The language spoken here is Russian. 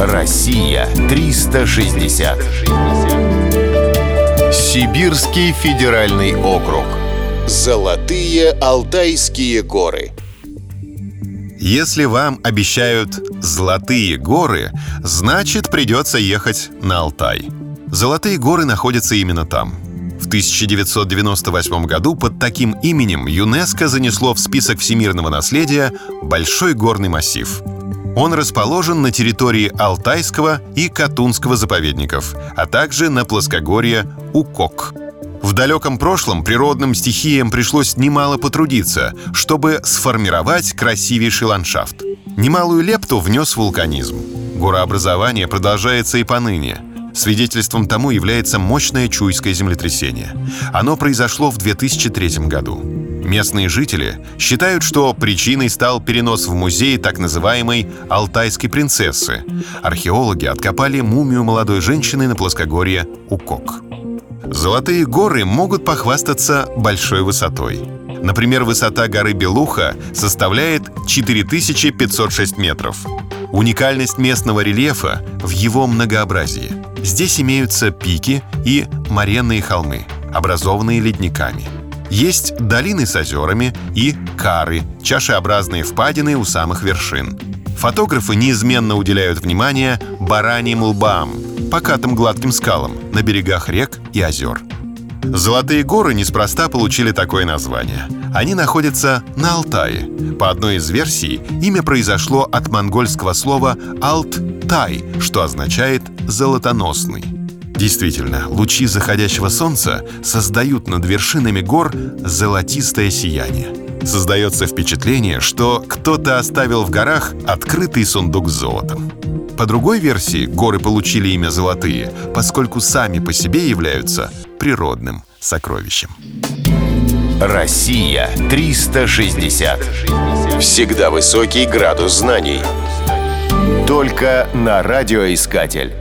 Россия 360. Сибирский федеральный округ. Золотые Алтайские горы. Если вам обещают золотые горы, значит, придется ехать на Алтай. Золотые горы находятся именно там. В 1998 году под таким именем ЮНЕСКО занесло в список всемирного наследия Большой горный массив. Он расположен на территории Алтайского и Катунского заповедников, а также на плоскогорье Укок. В далеком прошлом природным стихиям пришлось немало потрудиться, чтобы сформировать красивейший ландшафт. Немалую лепту внес вулканизм. Горообразование продолжается и поныне. Свидетельством тому является мощное Чуйское землетрясение. Оно произошло в 2003 году. Местные жители считают, что причиной стал перенос в музей так называемой «Алтайской принцессы». Археологи откопали мумию молодой женщины на плоскогорье Укок. Золотые горы могут похвастаться большой высотой. Например, высота горы Белуха составляет 4506 метров. Уникальность местного рельефа в его многообразии. Здесь имеются пики и моренные холмы, образованные ледниками. Есть долины с озерами и кары, чашеобразные впадины у самых вершин. Фотографы неизменно уделяют внимание бараньим лбам, покатым гладким скалам на берегах рек и озер. Золотые горы неспроста получили такое название. Они находятся на Алтае. По одной из версий, имя произошло от монгольского слова «алт-тай», что означает «золотоносный». Действительно, лучи заходящего солнца создают над вершинами гор золотистое сияние. Создается впечатление, что кто-то оставил в горах открытый сундук с золотом. По другой версии, горы получили имя «золотые», поскольку сами по себе являются природным сокровищем. Россия 360. Всегда высокий градус знаний. Только на радиоискатель.